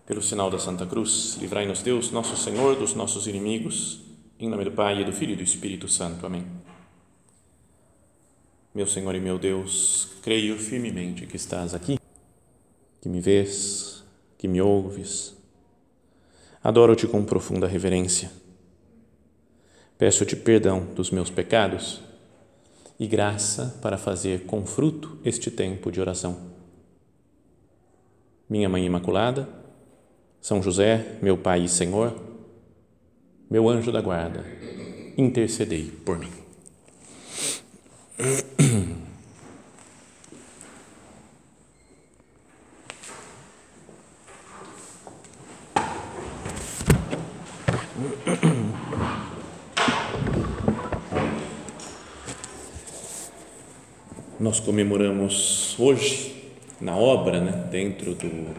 Pelo sinal da Santa Cruz, livrai-nos Deus, nosso Senhor, dos nossos inimigos, em nome do Pai, e do Filho e do Espírito Santo. Amém. Meu Senhor e meu Deus, creio firmemente que estás aqui, que me vês, que me ouves. Adoro-te com profunda reverência. Peço-te perdão dos meus pecados e graça para fazer com fruto este tempo de oração. Minha Mãe Imaculada, São José, meu Pai e Senhor, meu anjo da guarda, intercedei por mim. Nós comemoramos hoje, na obra, dentro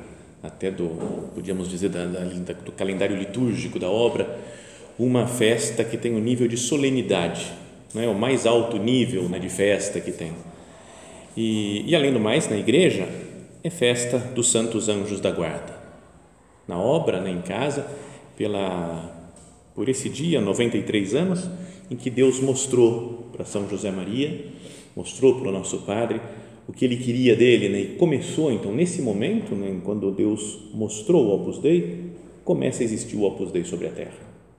podíamos dizer, do calendário litúrgico da obra, uma festa que tem um nível de solenidade, o mais alto nível de festa que tem. E além do mais, na igreja, é festa dos santos anjos da guarda. Na obra, em casa, por esse dia, 93 anos, em que Deus mostrou para São José Maria, mostrou para o nosso Padre o que ele queria dele, e começou, então, nesse momento, quando Deus mostrou o Opus Dei, começa a existir o Opus Dei sobre a terra.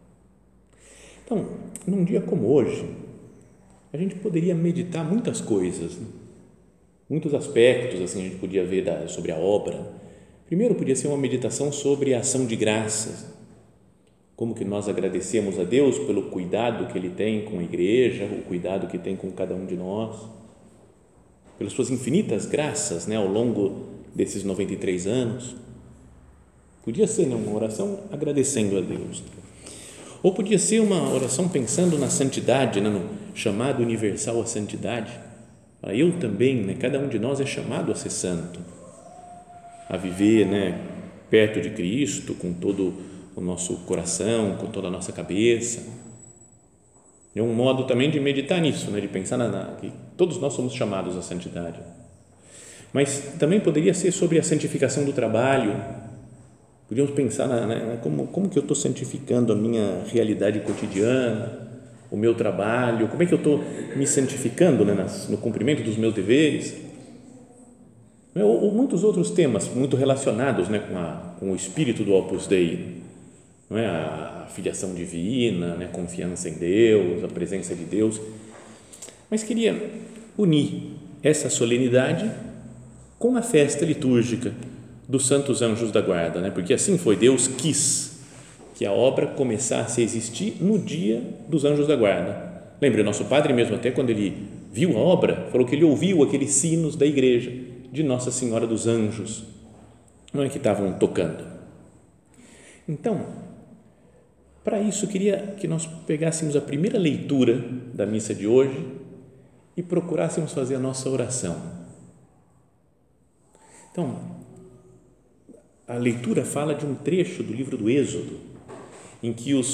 Então, num dia como hoje, a gente poderia meditar muitas coisas, muitos aspectos, assim, a gente podia ver sobre a obra. Primeiro, podia ser uma meditação sobre a ação de graças, como que nós agradecemos a Deus pelo cuidado que Ele tem com a igreja, o cuidado que tem com cada um de nós, pelas suas infinitas graças, ao longo desses 93 anos. Podia ser uma oração agradecendo a Deus. Ou podia ser uma oração pensando na santidade, no chamado universal à santidade. Eu também, cada um de nós é chamado a ser santo, a viver perto de Cristo, com todo o nosso coração, com toda a nossa cabeça. É um modo também de meditar nisso, de pensar que todos nós somos chamados à santidade. Mas também poderia ser sobre a santificação do trabalho. Podíamos pensar como que eu estou santificando a minha realidade cotidiana, o meu trabalho, como é que eu estou me santificando no cumprimento dos meus deveres. Ou muitos outros temas muito relacionados com o espírito do Opus Dei, a filiação divina, a confiança em Deus, a presença de Deus. Mas queria unir essa solenidade com a festa litúrgica dos santos anjos da guarda, porque assim foi, Deus quis que a obra começasse a existir no dia dos anjos da guarda. Lembra, nosso Padre mesmo, até quando ele viu a obra, falou que ele ouviu aqueles sinos da igreja de Nossa Senhora dos Anjos, que estavam tocando. Então, para isso, queria que nós pegássemos a primeira leitura da missa de hoje e procurássemos fazer a nossa oração. Então, a leitura fala de um trecho do livro do Êxodo, em que o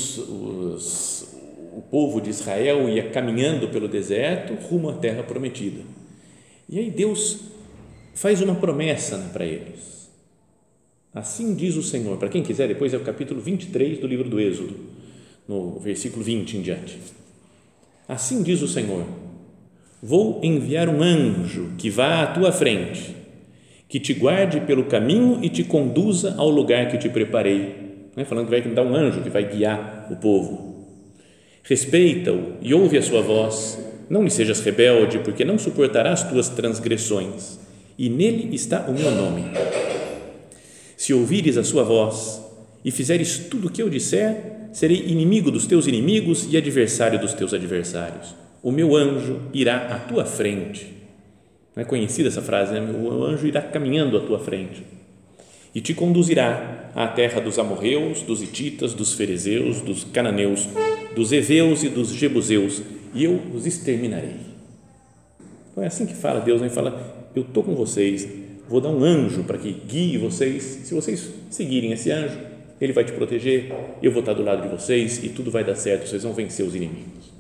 povo de Israel ia caminhando pelo deserto rumo à terra prometida. E aí Deus faz uma promessa para eles. Assim diz o Senhor, para quem quiser, depois é o capítulo 23 do livro do Êxodo, no versículo 20 em diante. Assim diz o Senhor: vou enviar um anjo que vá à tua frente, que te guarde pelo caminho e te conduza ao lugar que te preparei. Falando que vai dar um anjo que vai guiar o povo. Respeita-o e ouve a sua voz, não lhe sejas rebelde, porque não suportarás tuas transgressões, e nele está o meu nome. Se ouvires a sua voz e fizeres tudo o que eu disser, serei inimigo dos teus inimigos e adversário dos teus adversários. O meu anjo irá à tua frente. Não é conhecida essa frase, O anjo irá caminhando à tua frente e te conduzirá à terra dos amorreus, dos hititas, dos ferezeus, dos cananeus, dos heveus e dos jebuseus, e eu os exterminarei. Então é assim que fala Deus, fala: eu estou com vocês, vou dar um anjo para que guie vocês. Se vocês seguirem esse anjo, ele vai te proteger, eu vou estar do lado de vocês e tudo vai dar certo, vocês vão vencer os inimigos.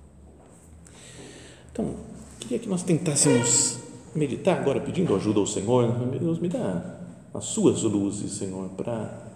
Então, queria que nós tentássemos meditar agora, pedindo ajuda ao Senhor. Meu Deus, me dá as suas luzes, Senhor, para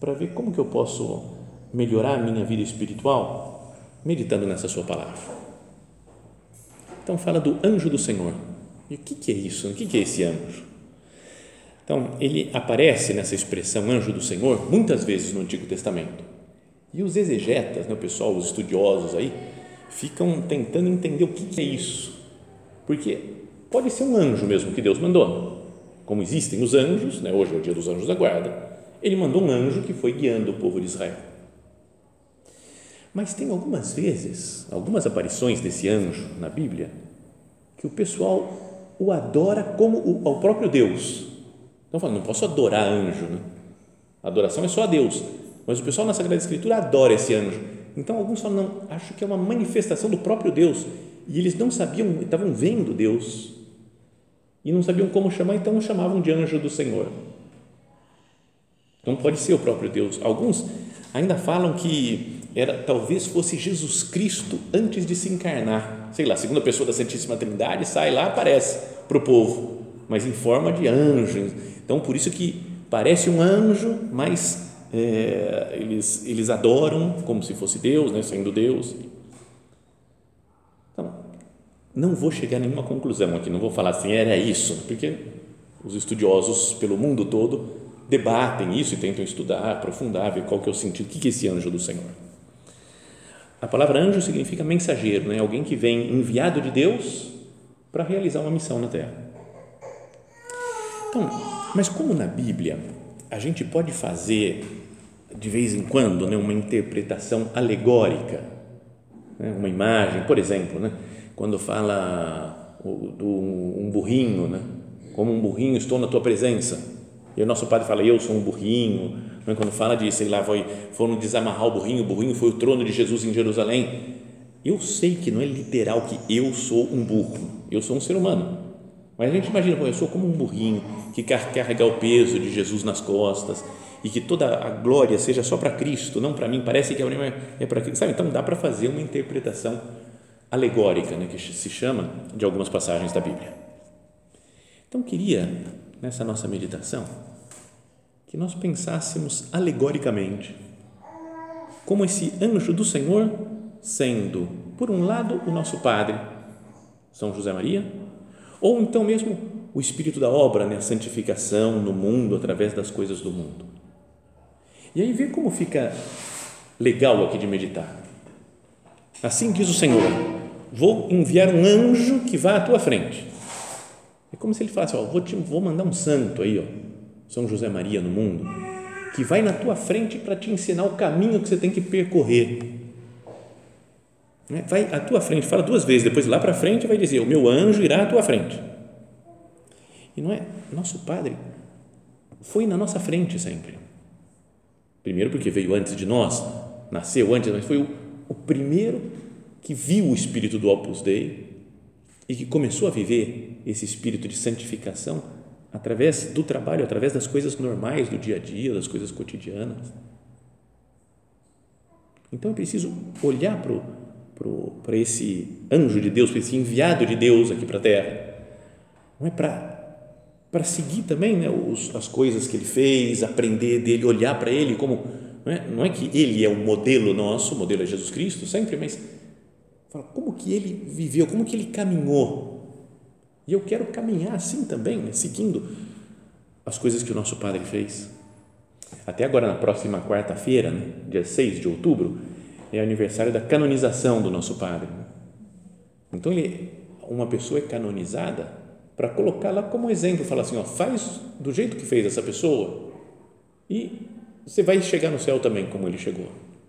para ver como que eu posso melhorar a minha vida espiritual meditando nessa sua palavra. Então fala do anjo do Senhor. E o que é isso? O que é esse anjo? Então, ele aparece nessa expressão anjo do Senhor muitas vezes no Antigo Testamento. E os exegetas, o pessoal, os estudiosos aí, ficam tentando entender o que é isso. Porque pode ser um anjo mesmo que Deus mandou. Como existem os anjos, hoje é o dia dos anjos da guarda, ele mandou um anjo que foi guiando o povo de Israel. Mas tem algumas vezes, algumas aparições desse anjo na Bíblia, que o pessoal o adora como o próprio Deus. Então, fala, não posso adorar anjo, A adoração é só a Deus, mas o pessoal na Sagrada Escritura adora esse anjo. Então, alguns falam, não, acho que é uma manifestação do próprio Deus, e eles não sabiam, estavam vendo Deus, e não sabiam como chamar, então o chamavam de anjo do Senhor. Então, pode ser o próprio Deus. Alguns ainda falam que talvez fosse Jesus Cristo antes de se encarnar, sei lá, segunda pessoa da Santíssima Trindade, sai lá, aparece para o povo, mas em forma de anjo. Então, por isso que parece um anjo, mas eles adoram como se fosse Deus, sendo Deus. Então, não vou chegar a nenhuma conclusão aqui, não vou falar assim, era isso, porque os estudiosos pelo mundo todo debatem isso e tentam estudar, aprofundar, ver qual que é o sentido, o que é esse anjo do Senhor. A palavra anjo significa mensageiro, alguém que vem enviado de Deus para realizar uma missão na terra. Então, mas como na Bíblia a gente pode fazer de vez em quando uma interpretação alegórica, uma imagem, por exemplo, quando fala um burrinho, como um burrinho estou na tua presença, e o nosso padre fala, eu sou um burrinho, quando fala de, sei lá, foram desamarrar o burrinho foi o trono de Jesus em Jerusalém. Eu sei que não é literal que eu sou um burro, eu sou um ser humano, mas a gente imagina, eu sou como um burrinho que carrega o peso de Jesus nas costas e que toda a glória seja só para Cristo, não para mim, parece que é para Cristo, sabe? Então dá para fazer uma interpretação alegórica, que se chama de algumas passagens da Bíblia. Então queria, nessa nossa meditação, que nós pensássemos alegoricamente como esse anjo do Senhor sendo, por um lado, o nosso Padre, São José Maria, ou então mesmo o Espírito da obra, a santificação no mundo através das coisas do mundo. E aí vê como fica legal aqui de meditar. Assim diz o Senhor, vou enviar um anjo que vá à tua frente. É como se ele falasse, vou mandar um santo aí, São José Maria no mundo, que vai na tua frente para te ensinar o caminho que você tem que percorrer. Vai à tua frente, fala duas vezes, depois lá para frente vai dizer, o meu anjo irá à tua frente. E não é, nosso Padre foi na nossa frente sempre. Primeiro porque veio antes de nós, nasceu antes, mas foi o primeiro que viu o espírito do Opus Dei e que começou a viver esse espírito de santificação através do trabalho, através das coisas normais do dia a dia, das coisas cotidianas. Então é preciso olhar para esse anjo de Deus, para esse enviado de Deus aqui para a terra, não é para seguir também as coisas que ele fez, aprender dele, olhar para ele como, não é que ele é o modelo nosso, o modelo é Jesus Cristo sempre, mas fala, como que ele viveu, como que ele caminhou, e eu quero caminhar assim também, seguindo as coisas que o nosso Padre fez. Até agora, na próxima quarta-feira, dia 6 de outubro, é aniversário da canonização do nosso Padre. Então, uma pessoa é canonizada para colocá-la como exemplo, falar assim, faz do jeito que fez essa pessoa e você vai chegar no céu também como ele chegou.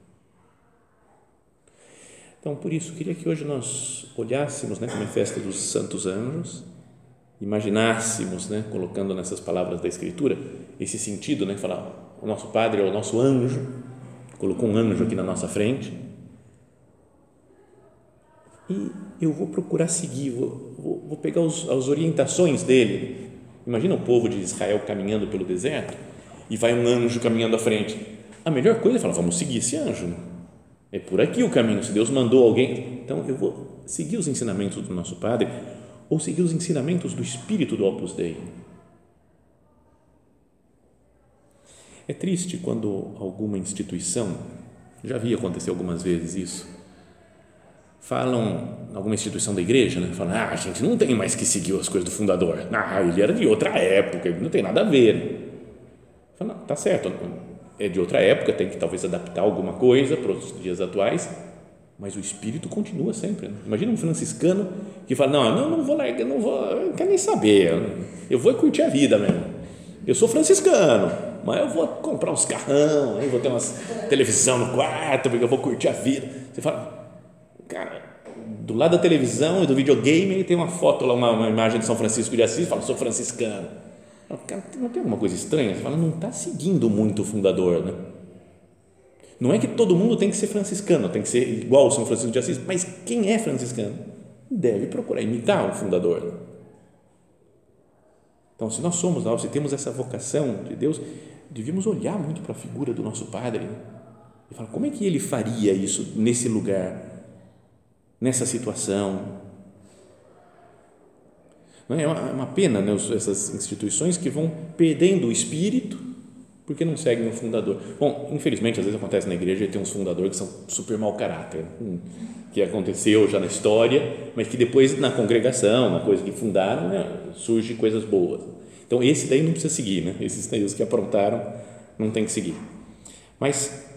Então, por isso, queria que hoje nós olhássemos, como é a festa dos santos anjos, imaginássemos, colocando nessas palavras da Escritura, esse sentido, falar, o nosso Padre é o nosso anjo, colocou um anjo aqui na nossa frente, e eu vou procurar seguir, vou pegar as orientações dele. Imagina o povo de Israel caminhando pelo deserto e vai um anjo caminhando à frente. A melhor coisa é falar, vamos seguir esse anjo, é por aqui o caminho, se Deus mandou alguém, então eu vou seguir os ensinamentos do nosso Padre ou seguir os ensinamentos do Espírito do Opus Dei. É triste quando alguma instituição, já vi acontecer algumas vezes isso, falam, alguma instituição da igreja, né? Falam, a gente não tem mais que seguir as coisas do fundador, ele era de outra época, não tem nada a ver. Fala, não, tá certo, é de outra época, tem que talvez adaptar alguma coisa para os dias atuais, mas o espírito continua sempre, né? Imagina um franciscano que fala, não vou largar, não quero nem saber, eu vou curtir a vida mesmo, eu sou franciscano, mas eu vou comprar uns carrão, eu vou ter umas televisão no quarto, porque eu vou curtir a vida. Você fala, cara, do lado da televisão e do videogame tem uma foto lá, uma imagem de São Francisco de Assis, fala, sou franciscano. Cara, não tem alguma coisa estranha? Você fala, não está seguindo muito o fundador, né? Não é que todo mundo tem que ser franciscano, tem que ser igual ao São Francisco de Assis, mas quem é franciscano deve procurar imitar o fundador, né? Então, se nós somos, se temos essa vocação de Deus, devíamos olhar muito para a figura do nosso Padre, né? E falar, como é que ele faria isso nesse lugar, nessa situação? Não é uma pena, né, essas instituições que vão perdendo o espírito porque não seguem o fundador. Bom, infelizmente, às vezes acontece na igreja e tem uns fundadores que são super mau caráter, que aconteceu já na história, mas que depois na congregação, na coisa que fundaram, né, surge coisas boas. Então, esse daí não precisa seguir, né? Esses daí, os que aprontaram, não tem que seguir. Mas,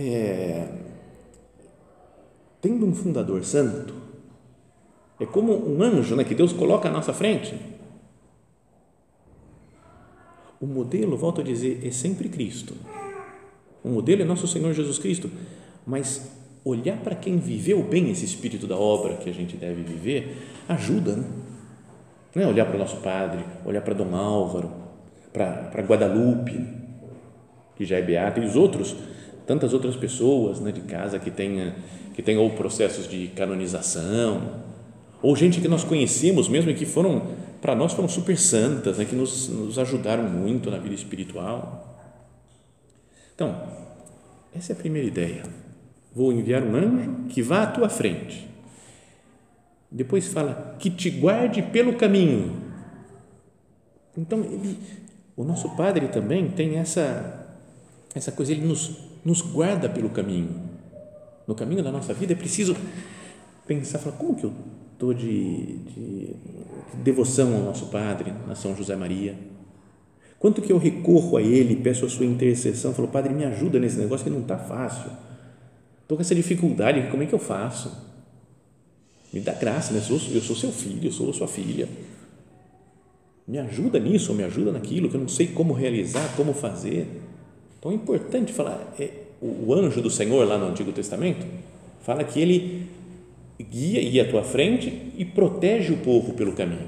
tendo um fundador santo, é como um anjo, né, que Deus coloca à nossa frente. O modelo, volto a dizer, é sempre Cristo. O modelo é nosso Senhor Jesus Cristo, mas olhar para quem viveu bem esse espírito da obra que a gente deve viver ajuda, né? Não é olhar para o nosso Padre, olhar para Dom Álvaro, para Guadalupe, que já é beata, e os outros, tantas outras pessoas, né, de casa que tenham ou processos de canonização, ou gente que nós conhecemos mesmo e que para nós foram super santas, né, que nos ajudaram muito na vida espiritual. Então, essa é a primeira ideia. Vou enviar um anjo que vá à tua frente. Depois fala, que te guarde pelo caminho. Então, o nosso Padre também tem essa coisa, ele nos guarda pelo caminho. No caminho da nossa vida é preciso pensar, falar, como que eu estou de devoção ao nosso Padre, a São José Maria? Quanto que eu recorro a Ele, peço a sua intercessão, falo, Padre, me ajuda nesse negócio que não está fácil, estou com essa dificuldade, como é que eu faço? Me dá graça, né? Eu sou seu filho, eu sou sua filha, me ajuda nisso, me ajuda naquilo que eu não sei como realizar, como fazer. Então é importante falar, o anjo do Senhor lá no Antigo Testamento fala que ele guia à tua frente e protege o povo pelo caminho.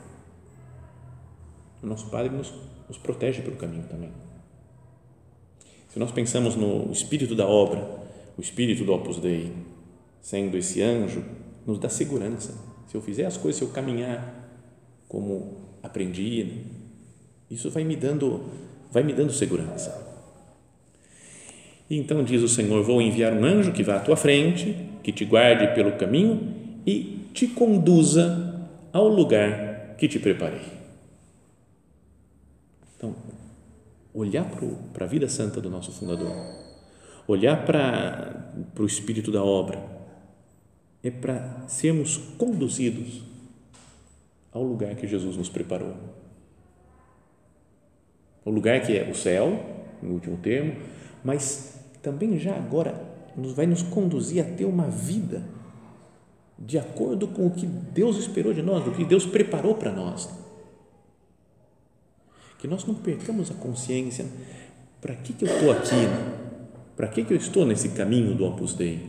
O nosso Padre nos protege pelo caminho também. Se nós pensamos no espírito da obra, o espírito do Opus Dei, sendo esse anjo, nos dá segurança. Se eu fizer as coisas, se eu caminhar como aprendi, isso vai me dando segurança. E então diz o Senhor, vou enviar um anjo que vá à tua frente, que te guarde pelo caminho e te conduza ao lugar que te preparei. Então, olhar para a vida santa do nosso fundador, olhar para o espírito da obra, é para sermos conduzidos ao lugar que Jesus nos preparou. O lugar que é o céu, no último termo, mas também já agora vai nos conduzir a ter uma vida de acordo com o que Deus esperou de nós, do que Deus preparou para nós. Que nós não percamos a consciência, para que eu estou aqui? Para que eu estou nesse caminho do Opus Dei?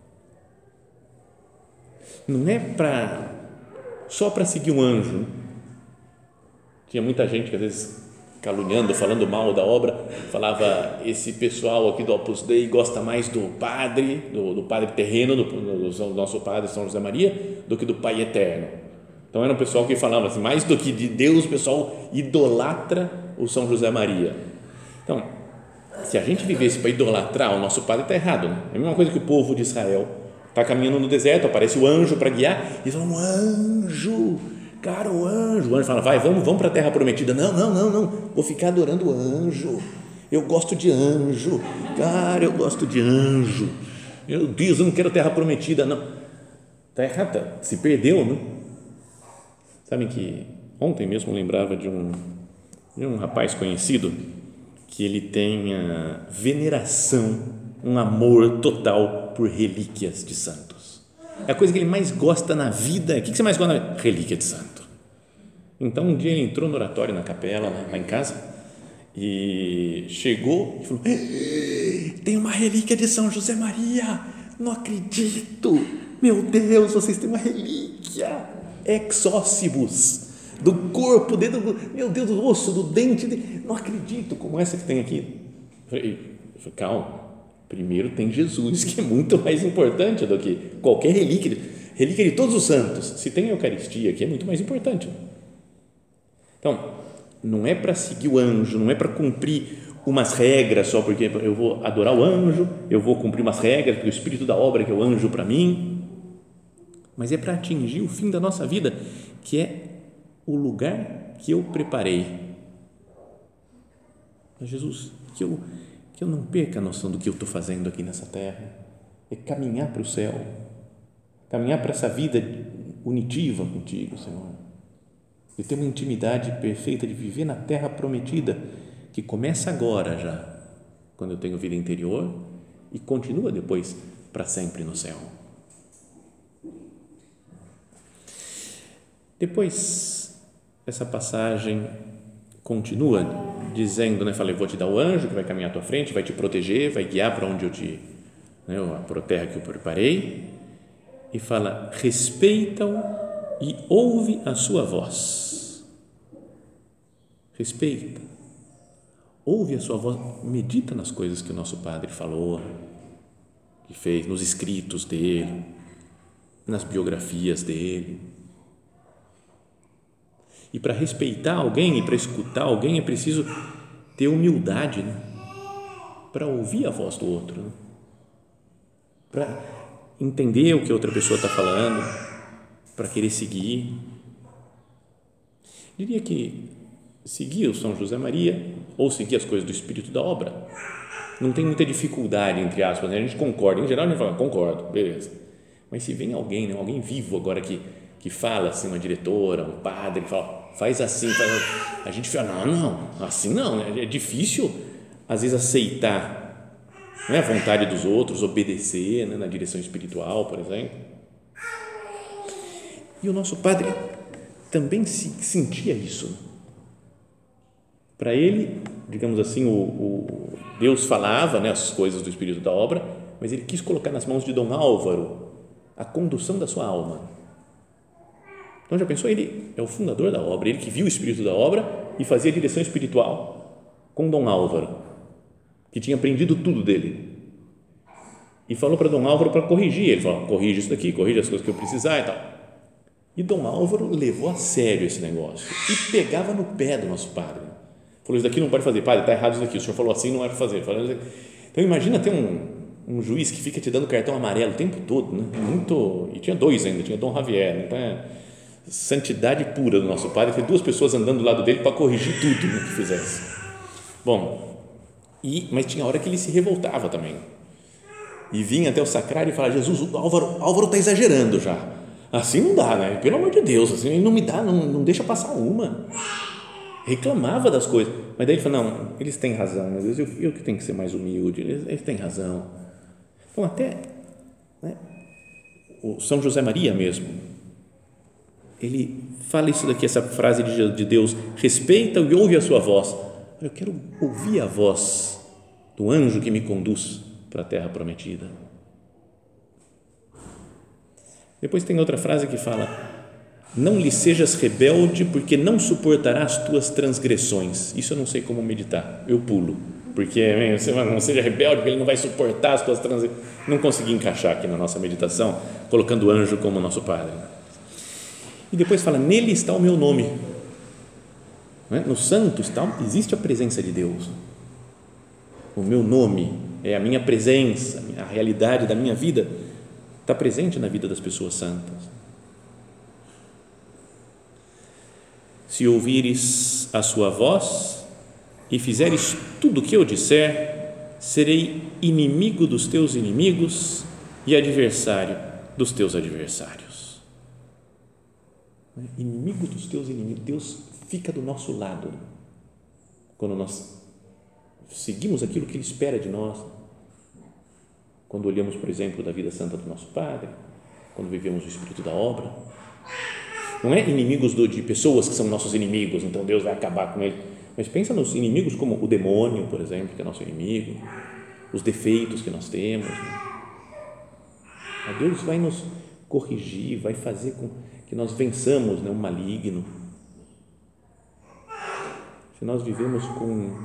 Não é só para seguir um anjo. Tinha muita gente que às vezes caluniando, falando mal da obra, falava, esse pessoal aqui do Opus Dei gosta mais do padre, do padre terreno, do nosso Padre São José Maria, do que do Pai Eterno. Então era um pessoal que falava assim, mais do que de Deus, o pessoal idolatra o São José Maria. Então, se a gente vivesse para idolatrar o nosso Padre, está errado, né? É a mesma coisa que o povo de Israel está caminhando no deserto, aparece o anjo para guiar, e falam, anjo, o anjo fala, vai, vamos para a terra prometida. Não, vou ficar adorando o anjo, Eu gosto de anjo, cara, eu gosto de anjo. Meu Deus, eu não quero terra prometida, não. Está errado, se perdeu, né? Sabem que ontem mesmo eu lembrava de um rapaz conhecido que ele tem a veneração, um amor total por relíquias de santos. É a coisa que ele mais gosta na vida. O que você mais gosta? Relíquia de santo. Então, um dia ele entrou no oratório, na capela, lá em casa, e chegou e falou: tem uma relíquia de São José Maria, não acredito, meu Deus, vocês têm uma relíquia ex ossibus, do corpo, dentro do, meu Deus, do osso, do dente, não acredito, como essa que tem aqui. Eu falei, calma, primeiro tem Jesus, que é muito mais importante do que qualquer relíquia de todos os santos. Se tem a Eucaristia aqui, é muito mais importante. Então, não é para seguir o anjo, não é para cumprir umas regras só porque eu vou adorar o anjo, eu vou cumprir umas regras porque o espírito da obra que é o anjo para mim, mas é para atingir o fim da nossa vida, que é o lugar que eu preparei. Jesus, que eu não perca a noção do que eu estou fazendo aqui nessa terra, é caminhar para o céu, caminhar para essa vida unitiva contigo, Senhor, de ter uma intimidade perfeita, de viver na terra prometida, que começa agora já, quando eu tenho vida interior, e continua depois para sempre no céu. Depois, essa passagem continua dizendo, né, falei, vou te dar o anjo que vai caminhar à tua frente, vai te proteger, vai guiar para onde eu te, né, para a terra que eu preparei, e fala, respeita-o e ouve a sua voz. Respeita, ouve a sua voz, medita nas coisas que o nosso Padre falou, que fez, nos escritos dele, nas biografias dele. E para respeitar alguém e para escutar alguém é preciso ter humildade, né? Para ouvir a voz do outro, né? Para entender o que a outra pessoa está falando, para querer seguir. Diria que seguir o São José Maria ou seguir as coisas do espírito da obra não tem muita dificuldade, entre aspas, né? A gente concorda, em geral a gente fala, concordo, beleza, mas se vem alguém, né? Alguém vivo agora que fala assim, uma diretora, um padre, que fala, faz assim, a gente fala, não, assim não, né? É difícil às vezes aceitar, né, a vontade dos outros, obedecer, né, na direção espiritual, por exemplo. E o nosso Padre também sentia isso. Para ele, digamos assim, o Deus falava, né, as coisas do espírito da obra, mas ele quis colocar nas mãos de Dom Álvaro a condução da sua alma. Então já pensou, ele é o fundador da obra, ele que viu o espírito da obra e fazia a direção espiritual com Dom Álvaro, que tinha aprendido tudo dele, e falou para Dom Álvaro para corrigir, ele falou, corrige isso daqui, corrige as coisas que eu precisar e tal. E Dom Álvaro levou a sério esse negócio e pegava no pé do nosso Padre. Falou, isso daqui não pode fazer, padre, está errado isso daqui, o senhor falou assim, não é para fazer. Então imagina ter um juiz que fica te dando cartão amarelo o tempo todo, né? Muito, e tinha dois ainda, tinha Dom Javier, né? Então é santidade pura do nosso Padre, ter duas pessoas andando do lado dele para corrigir tudo, né, que fizesse. Bom, mas tinha hora que ele se revoltava também e vinha até o sacrário e falava, Jesus, o Álvaro está exagerando já, assim não dá, né? Pelo amor de Deus, assim não me dá, não deixa passar uma. Reclamava das coisas, mas daí ele falou, não, eles têm razão, meu Deus, eu que tenho que ser mais humilde, eles têm razão. Então até, né, o São José Maria mesmo, ele fala isso daqui, essa frase de Deus, respeita e ouve a sua voz. Eu quero ouvir a voz do anjo que me conduz para a terra prometida. Depois tem outra frase que fala, não lhe sejas rebelde, porque não suportarás tuas transgressões. Isso eu não sei como meditar, eu pulo, porque você não seja rebelde, porque ele não vai suportar as tuas transgressões. Não consegui encaixar aqui na nossa meditação, colocando o anjo como nosso Padre. E depois fala, nele está o meu nome. No santo existe a presença de Deus. O meu nome é a minha presença, a realidade da minha vida está presente na vida das pessoas santas. Se ouvires a sua voz, e fizeres tudo o que eu disser, serei inimigo dos teus inimigos e adversário dos teus adversários. Inimigo dos teus inimigos. Deus fica do nosso lado quando nós seguimos aquilo que Ele espera de nós. Quando olhamos, por exemplo, da vida santa do nosso Padre, quando vivemos o espírito da obra. Não é inimigos de pessoas que são nossos inimigos, então Deus vai acabar com ele. Mas pensa nos inimigos como o demônio, por exemplo, que é nosso inimigo, os defeitos que nós temos. Deus vai nos corrigir, vai fazer com que nós vençamos o maligno. Se nós vivemos com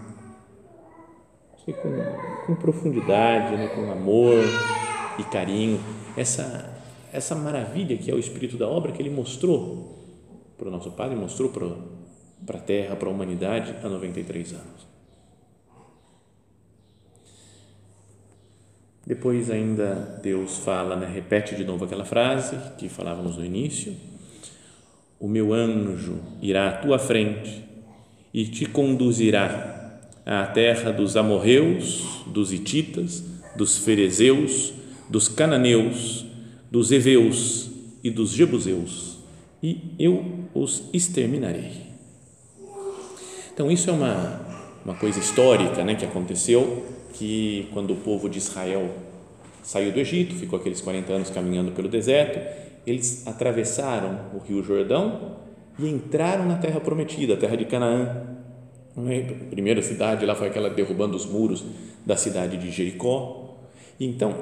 profundidade, com amor e carinho, essa maravilha que é o espírito da obra que Ele mostrou para o nosso Padre, mostrou para a Terra, para a humanidade há 93 anos. Depois ainda Deus fala, repete de novo aquela frase que falávamos no início: o meu anjo irá à tua frente e te conduzirá à terra dos amorreus, dos hititas, dos ferezeus, dos cananeus, dos heveus e dos jebuseus, e eu os exterminarei. Então isso é uma coisa histórica, que aconteceu, que quando o povo de Israel saiu do Egito, ficou aqueles 40 anos caminhando pelo deserto, eles atravessaram o rio Jordão e entraram na terra prometida, a terra de Canaã. A primeira cidade lá foi aquela derrubando os muros da cidade de Jericó. Então,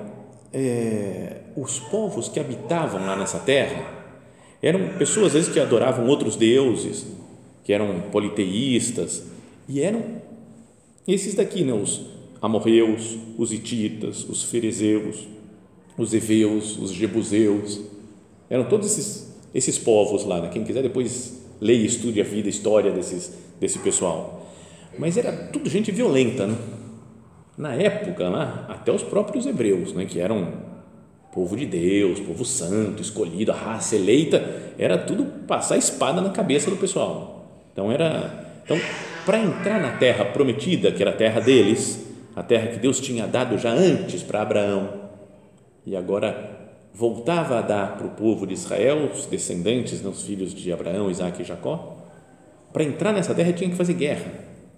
os povos que habitavam lá nessa terra eram pessoas, às vezes, que adoravam outros deuses, que eram politeístas, e eram esses daqui, os amorreus, os hititas, os ferezeus, os heveus, os jebuseus, eram todos esses povos lá. Quem quiser depois leia e estude a vida, a história desse pessoal. Mas era tudo gente violenta, Na época lá, até os próprios hebreus, que eram povo de Deus, povo santo, escolhido, a raça eleita, era tudo passar a espada na cabeça do pessoal. Então, para entrar na terra prometida, que era a terra deles, a terra que Deus tinha dado já antes para Abraão, e agora voltava a dar para o povo de Israel, os descendentes, os filhos de Abraão, Isaque e Jacó, para entrar nessa terra tinha que fazer guerra,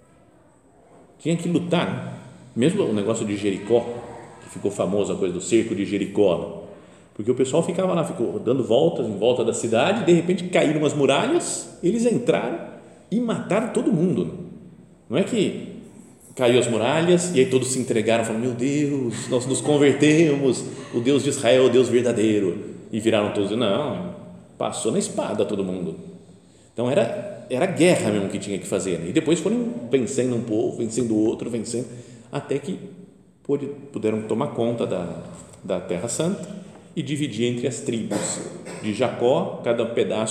tinha que lutar, mesmo o negócio de Jericó, que ficou famoso, a coisa do cerco de Jericó, porque o pessoal ficava lá, ficou dando voltas em volta da cidade, de repente caíram as muralhas, eles entraram e mataram todo mundo. Não é que caiu as muralhas e aí todos se entregaram, falaram: meu Deus, nós nos convertemos, o Deus de Israel é o Deus verdadeiro, e viraram todos. Não, passou na espada todo mundo. Então era guerra mesmo que tinha que fazer, e depois foram vencendo um povo, vencendo outro, vencendo, até que puderam tomar conta da Terra Santa e dividir entre as tribos de Jacó. Cada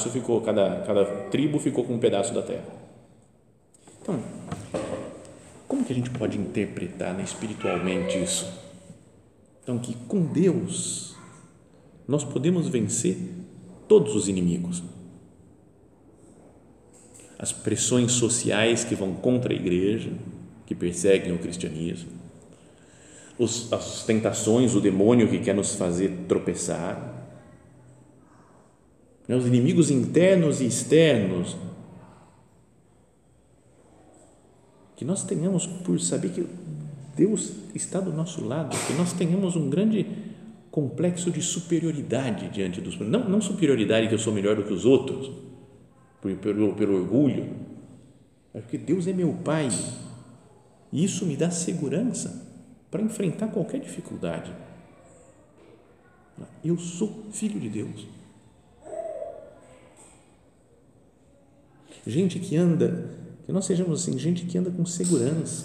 tribo ficou com um pedaço da terra. Então, como que a gente pode interpretar espiritualmente isso? Então, que com Deus nós podemos vencer todos os inimigos, as pressões sociais que vão contra a igreja, que perseguem o cristianismo, as tentações, o demônio que quer nos fazer tropeçar, os inimigos internos e externos, que nós tenhamos, por saber que Deus está do nosso lado, que nós tenhamos um grande complexo de superioridade diante dos, não superioridade que eu sou melhor do que os outros, pelo orgulho, é porque Deus é meu Pai, e isso me dá segurança para enfrentar qualquer dificuldade. Eu sou filho de Deus. Gente que anda, que nós sejamos assim, gente que anda com segurança.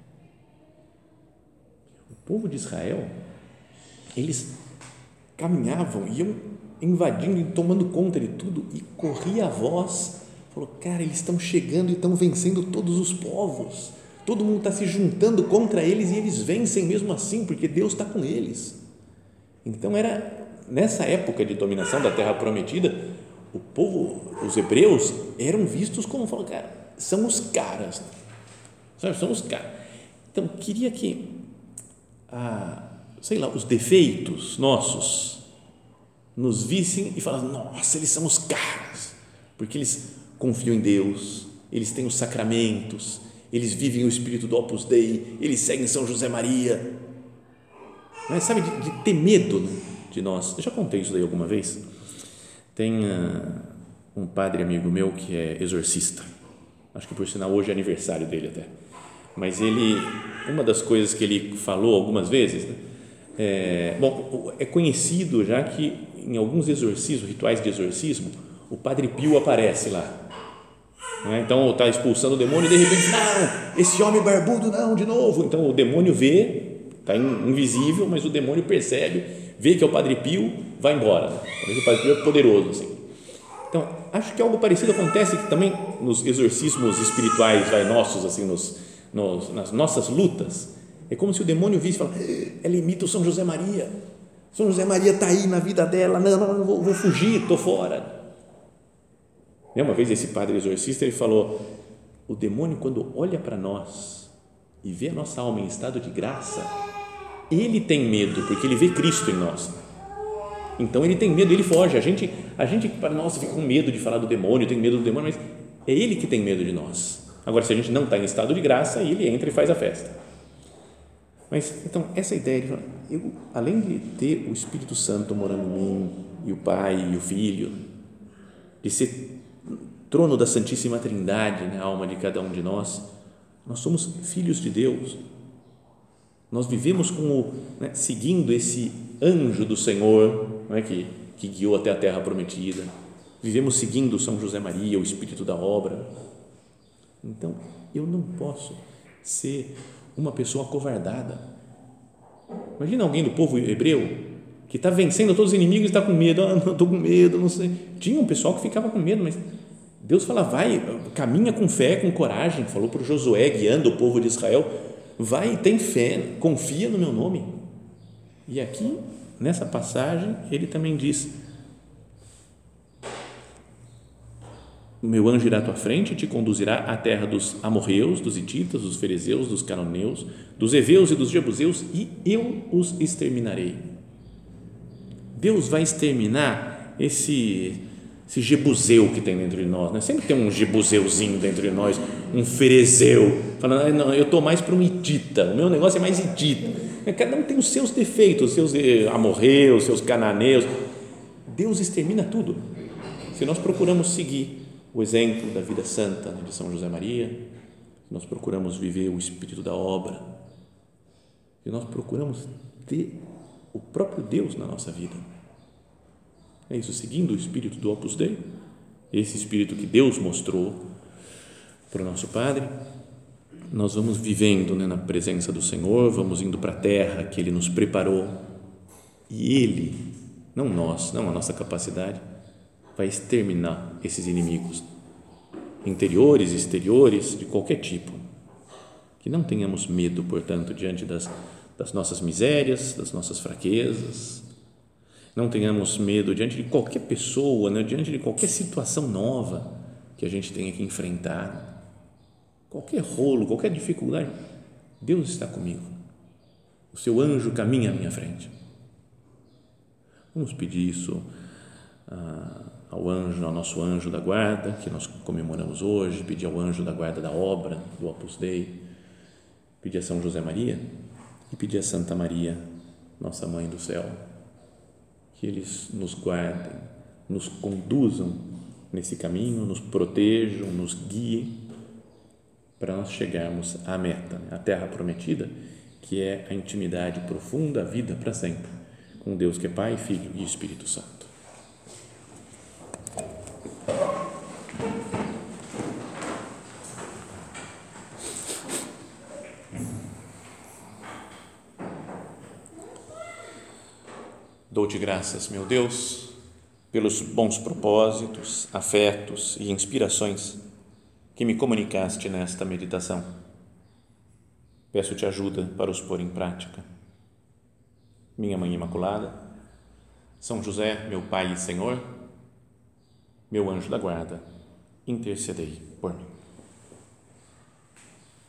O povo de Israel, eles caminhavam, iam invadindo e tomando conta de tudo, e corria a voz, falou: cara, eles estão chegando e estão vencendo todos os povos, todo mundo está se juntando contra eles e eles vencem mesmo assim, porque Deus está com eles. Então era nessa época de dominação da terra prometida, o povo, os hebreus eram vistos como, cara, são os caras, sabe? São os caras. Então, queria que, sei lá, os defeitos nossos nos vissem e falassem, nossa, eles são os caras, porque eles confiam em Deus, eles têm os sacramentos, eles vivem o espírito do Opus Dei, eles seguem São José Maria, mas sabe, de ter medo, né, de nós. Eu já contei isso daí alguma vez. Tem um padre amigo meu que é exorcista, acho que por sinal hoje é aniversário dele até, mas uma das coisas que ele falou algumas vezes, né, é conhecido já que em alguns exorcismos, rituais de exorcismo, o Padre Pio aparece lá, né? Então está expulsando o demônio e de repente, não, esse homem barbudo não, de novo. Então o demônio vê, está invisível, mas o demônio percebe, vê que é o Padre Pio, vai embora, né? O Padre Pio é poderoso assim. Então acho que algo parecido acontece que também nos exorcismos espirituais nossos, assim, nas nossas lutas. É como se o demônio visse e falasse, ela imita o São José Maria, São José Maria está aí na vida dela, não vou fugir, estou fora. Uma vez esse padre exorcista, ele falou, o demônio quando olha para nós e vê a nossa alma em estado de graça, ele tem medo, porque ele vê Cristo em nós, então ele tem medo, ele foge. A gente para nós fica com medo de falar do demônio, tem medo do demônio, mas é ele que tem medo de nós. Agora, se a gente não está em estado de graça, ele entra e faz a festa. Mas, então, essa ideia de falar, eu, além de ter o Espírito Santo morando em mim, e o Pai e o Filho, de ser trono da Santíssima Trindade na alma de cada um de nós somos filhos de Deus. Nós vivemos seguindo esse anjo do Senhor, não é, que guiou até a terra prometida. Vivemos seguindo São José Maria, o Espírito da obra. Então, eu não posso ser uma pessoa acovardada. Imagina alguém do povo hebreu que está vencendo todos os inimigos e está com medo. Não, estou com medo, não sei. Tinha um pessoal que ficava com medo, mas Deus fala, vai, caminha com fé, com coragem. Falou para o Josué, guiando o povo de Israel, vai, tem fé, confia no meu nome. E aqui, nessa passagem, ele também diz, o meu anjo irá à tua frente e te conduzirá à terra dos amorreus, dos hititas, dos ferezeus, dos cananeus, dos heveus e dos jebuseus, e eu os exterminarei. Deus vai exterminar esse jebuseu que tem dentro de nós, né? Sempre tem um jebuseuzinho dentro de nós, um ferezeu, falando, não, eu estou mais para um hitita, o meu negócio é mais hitita. Cada um tem os seus defeitos, os seus amorreus, os seus cananeus. Deus extermina tudo. Se nós procuramos seguir o exemplo da vida santa, né, de São José Maria, nós procuramos viver o espírito da obra, e nós procuramos ter o próprio Deus na nossa vida. É isso, seguindo o espírito do Opus Dei, esse espírito que Deus mostrou para o nosso Padre, nós vamos vivendo, né, na presença do Senhor, vamos indo para a terra que Ele nos preparou, e Ele, não nós, não a nossa capacidade, vai exterminar esses inimigos interiores, exteriores, de qualquer tipo. Que não tenhamos medo, portanto, diante das nossas misérias, das nossas fraquezas. Não tenhamos medo diante de qualquer pessoa, né? Diante de qualquer situação nova que a gente tenha que enfrentar. Qualquer rolo, qualquer dificuldade, Deus está comigo. O seu anjo caminha à minha frente. Vamos pedir isso ao nosso anjo da guarda, que nós comemoramos hoje, pedir ao anjo da guarda da obra, do Opus Dei, pedir a São José Maria e pedir a Santa Maria, nossa Mãe do Céu, que eles nos guardem, nos conduzam nesse caminho, nos protejam, nos guiem, para nós chegarmos à meta, à terra prometida, que é a intimidade profunda, a vida para sempre, com Deus que é Pai, Filho e Espírito Santo. Dou-te graças, meu Deus, pelos bons propósitos, afetos e inspirações que me comunicaste nesta meditação. Peço-te ajuda para os pôr em prática. Minha Mãe Imaculada, São José, meu Pai e Senhor, meu anjo da guarda, intercedei por mim.